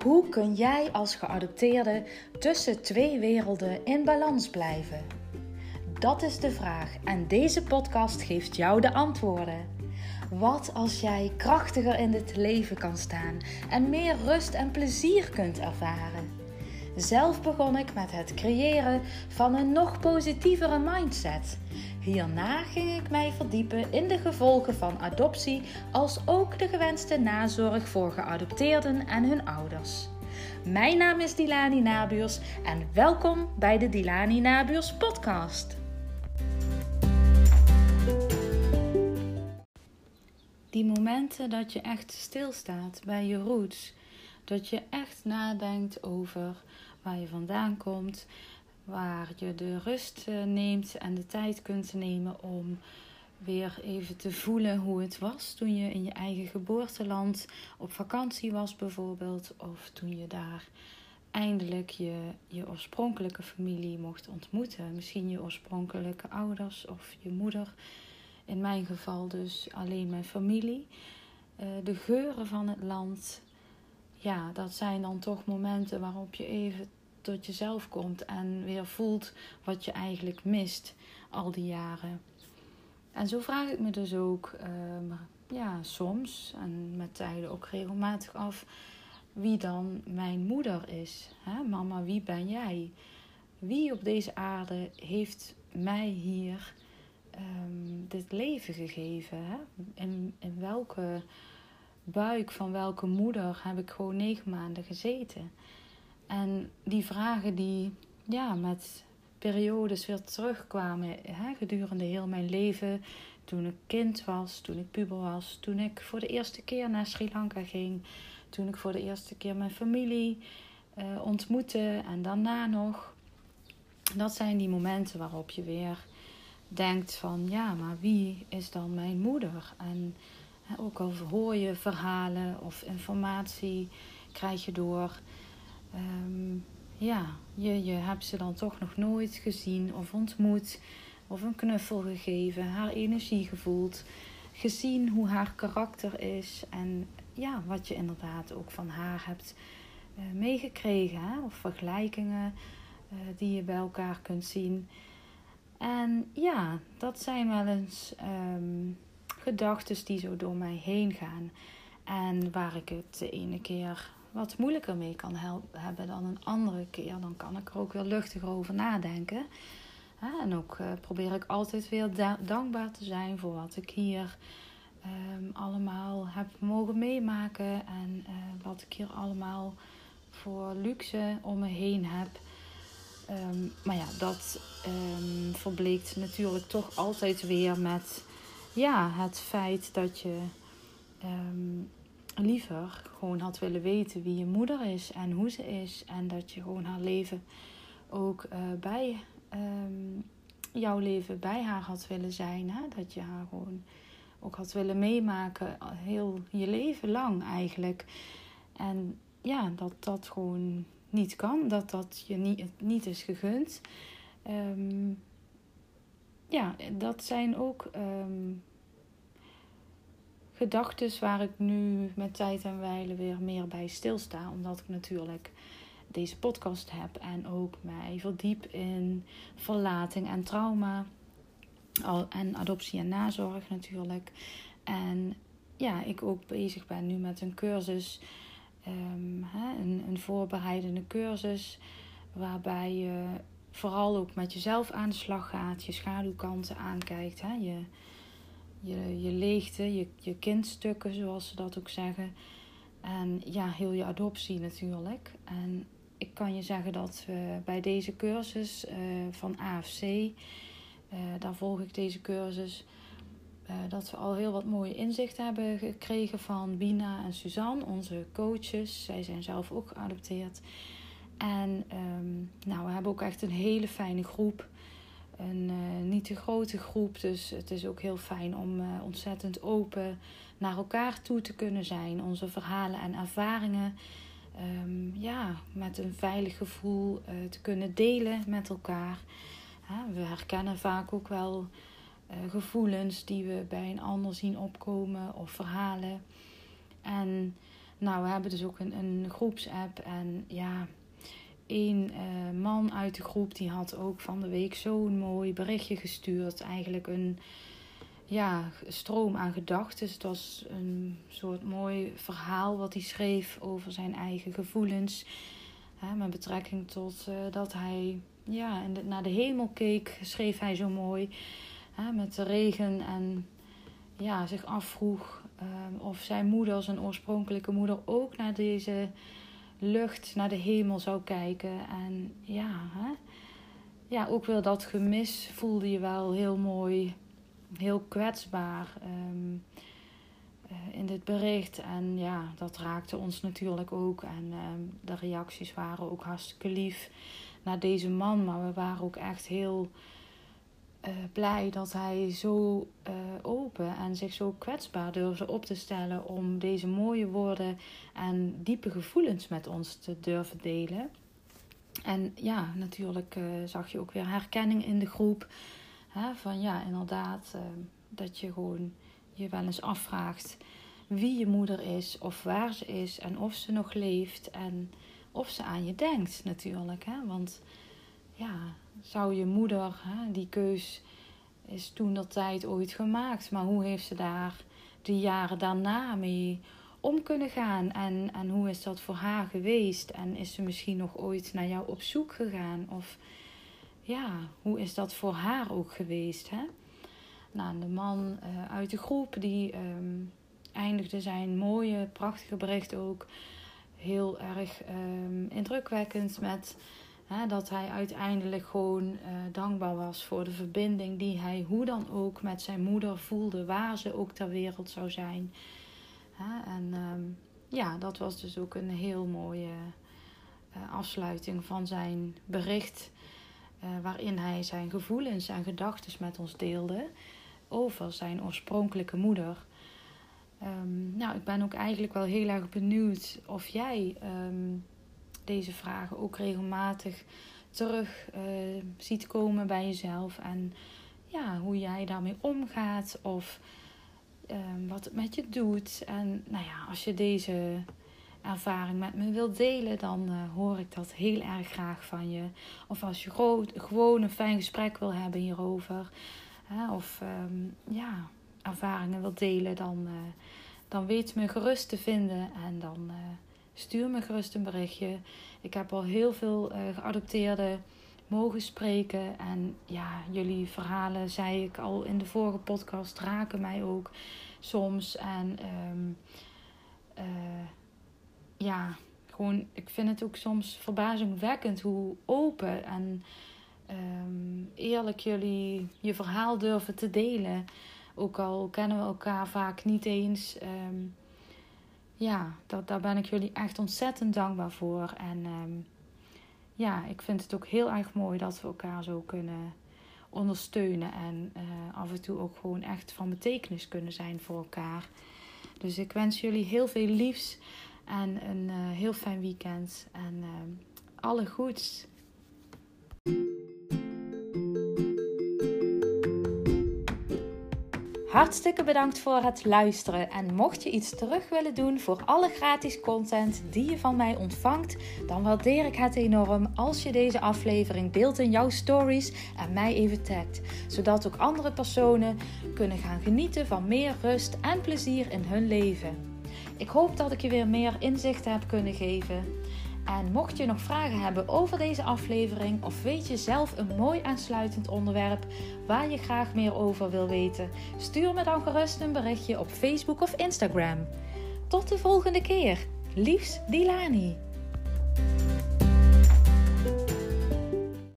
Hoe kun jij als geadopteerde tussen twee werelden in balans blijven? Dat is de vraag en deze podcast geeft jou de antwoorden. Wat als jij krachtiger in dit leven kan staan en meer rust en plezier kunt ervaren? Zelf begon ik met het creëren van een nog positievere mindset. Hierna ging ik mij verdiepen in de gevolgen van adoptie, als ook de gewenste nazorg voor geadopteerden en hun ouders. Mijn naam is Dilani Nabuurs en welkom bij de Dilani Nabuurs podcast. Die momenten dat je echt stilstaat bij je roots, dat je echt nadenkt over waar je vandaan komt, waar je de rust neemt en de tijd kunt nemen om weer even te voelen hoe het was toen je in je eigen geboorteland op vakantie was bijvoorbeeld. Of toen je daar eindelijk je oorspronkelijke familie mocht ontmoeten. Misschien je oorspronkelijke ouders of je moeder. In mijn geval dus alleen mijn familie. De geuren van het land. Ja, dat zijn dan toch momenten waarop je even tot jezelf komt en weer voelt wat je eigenlijk mist al die jaren. En zo vraag ik me dus ook soms en met tijden ook regelmatig af wie dan mijn moeder is. Hè? Mama, wie ben jij? Wie op deze aarde heeft mij hier dit leven gegeven? Hè? In welke buik van welke moeder heb ik gewoon 9 maanden gezeten? En die vragen die met periodes weer terugkwamen gedurende heel mijn leven. Toen ik kind was, toen ik puber was, toen ik voor de eerste keer naar Sri Lanka ging. Toen ik voor de eerste keer mijn familie ontmoette en daarna nog. Dat zijn die momenten waarop je weer denkt van maar wie is dan mijn moeder? En ook al hoor je verhalen of informatie krijg je door. Je hebt ze dan toch nog nooit gezien of ontmoet. Of een knuffel gegeven, haar energie gevoeld. Gezien hoe haar karakter is. En wat je inderdaad ook van haar hebt meegekregen. Hè? Of vergelijkingen die je bij elkaar kunt zien. En dat zijn wel eens gedachten die zo door mij heen gaan. En waar ik het de ene keer wat moeilijker mee kan hebben dan een andere keer. Dan kan ik er ook weer luchtiger over nadenken. En ook probeer ik altijd weer dankbaar te zijn voor wat ik hier allemaal heb mogen meemaken. En wat ik hier allemaal voor luxe om me heen heb. Dat verbleekt natuurlijk toch altijd weer met het feit dat je liever gewoon had willen weten wie je moeder is en hoe ze is. En dat je gewoon haar leven ook bij jouw leven bij haar had willen zijn. Hè? Dat je haar gewoon ook had willen meemaken heel je leven lang eigenlijk. En dat gewoon niet kan. Dat je niet is gegund. Dat zijn ook gedachtes waar ik nu met tijd en wijle weer meer bij stilsta. Omdat ik natuurlijk deze podcast heb en ook mij verdiep in verlating en trauma. En adoptie en nazorg natuurlijk. En ik ook bezig ben nu met een cursus. Een voorbereidende cursus. Waarbij je vooral ook met jezelf aan de slag gaat. Je schaduwkanten aankijkt. Hè? Je leegte, je kindstukken zoals ze dat ook zeggen. En heel je adoptie natuurlijk. En ik kan je zeggen dat we bij deze cursus van AFC, daar volg ik deze cursus, dat we al heel wat mooie inzichten hebben gekregen van Bina en Suzanne, onze coaches. Zij zijn zelf ook geadopteerd. En we hebben ook echt een hele fijne groep. Een niet te grote groep, dus het is ook heel fijn om ontzettend open naar elkaar toe te kunnen zijn. Onze verhalen en ervaringen met een veilig gevoel te kunnen delen met elkaar. We herkennen vaak ook wel gevoelens die we bij een ander zien opkomen of verhalen. En Nou, we hebben dus ook een groepsapp. En ja, één man uit de groep die had ook van de week zo'n mooi berichtje gestuurd. Eigenlijk een stroom aan gedachten. Het was een soort mooi verhaal wat hij schreef over zijn eigen gevoelens. Met betrekking tot dat hij naar de hemel keek, schreef hij zo mooi. Met de regen en zich afvroeg of zijn moeder, zijn oorspronkelijke moeder, ook naar deze lucht, naar de hemel zou kijken. En ook wel dat gemis voelde je wel heel mooi, heel kwetsbaar in dit bericht. En ja, dat raakte ons natuurlijk ook. En de reacties waren ook hartstikke lief naar deze man. Maar we waren ook echt heel blij dat hij zo open en zich zo kwetsbaar durfde op te stellen om deze mooie woorden en diepe gevoelens met ons te durven delen. En ja, natuurlijk zag je ook weer herkenning in de groep. Van inderdaad, dat je gewoon je wel eens afvraagt wie je moeder is of waar ze is en of ze nog leeft en of ze aan je denkt natuurlijk. Want zou je moeder, die keus is toentertijd ooit gemaakt, maar hoe heeft ze daar de jaren daarna mee om kunnen gaan en hoe is dat voor haar geweest en is ze misschien nog ooit naar jou op zoek gegaan of hoe is dat voor haar ook geweest? Nou, de man uit de groep die eindigde zijn mooie, prachtige bericht ook heel erg indrukwekkend met dat hij uiteindelijk gewoon dankbaar was voor de verbinding die hij hoe dan ook met zijn moeder voelde, waar ze ook ter wereld zou zijn. Dat was dus ook een heel mooie afsluiting van zijn bericht. Waarin hij zijn gevoelens en gedachten met ons deelde over zijn oorspronkelijke moeder. Ik ben ook eigenlijk wel heel erg benieuwd of jij deze vragen ook regelmatig terug ziet komen bij jezelf. En hoe jij daarmee omgaat of wat het met je doet. En als je deze ervaring met me wilt delen, dan hoor ik dat heel erg graag van je. Of als je gewoon een fijn gesprek wil hebben hierover. Of ervaringen wilt delen, dan weet me gerust te vinden. En dan stuur me gerust een berichtje. Ik heb al heel veel geadopteerden mogen spreken. En jullie verhalen, zei ik al in de vorige podcast, raken mij ook soms. En gewoon, ik vind het ook soms verbazingwekkend hoe open en eerlijk jullie je verhaal durven te delen. Ook al kennen we elkaar vaak niet eens. Daar ben ik jullie echt ontzettend dankbaar voor. En ik vind het ook heel erg mooi dat we elkaar zo kunnen ondersteunen. En af en toe ook gewoon echt van betekenis kunnen zijn voor elkaar. Dus ik wens jullie heel veel liefs. En een heel fijn weekend. En alle goeds. Hartstikke bedankt voor het luisteren. En mocht je iets terug willen doen voor alle gratis content die je van mij ontvangt, dan waardeer ik het enorm als je deze aflevering deelt in jouw stories en mij even tagt. Zodat ook andere personen kunnen gaan genieten van meer rust en plezier in hun leven. Ik hoop dat ik je weer meer inzicht heb kunnen geven. En mocht je nog vragen hebben over deze aflevering of weet je zelf een mooi aansluitend onderwerp waar je graag meer over wil weten, stuur me dan gerust een berichtje op Facebook of Instagram. Tot de volgende keer. Liefs, Dilani.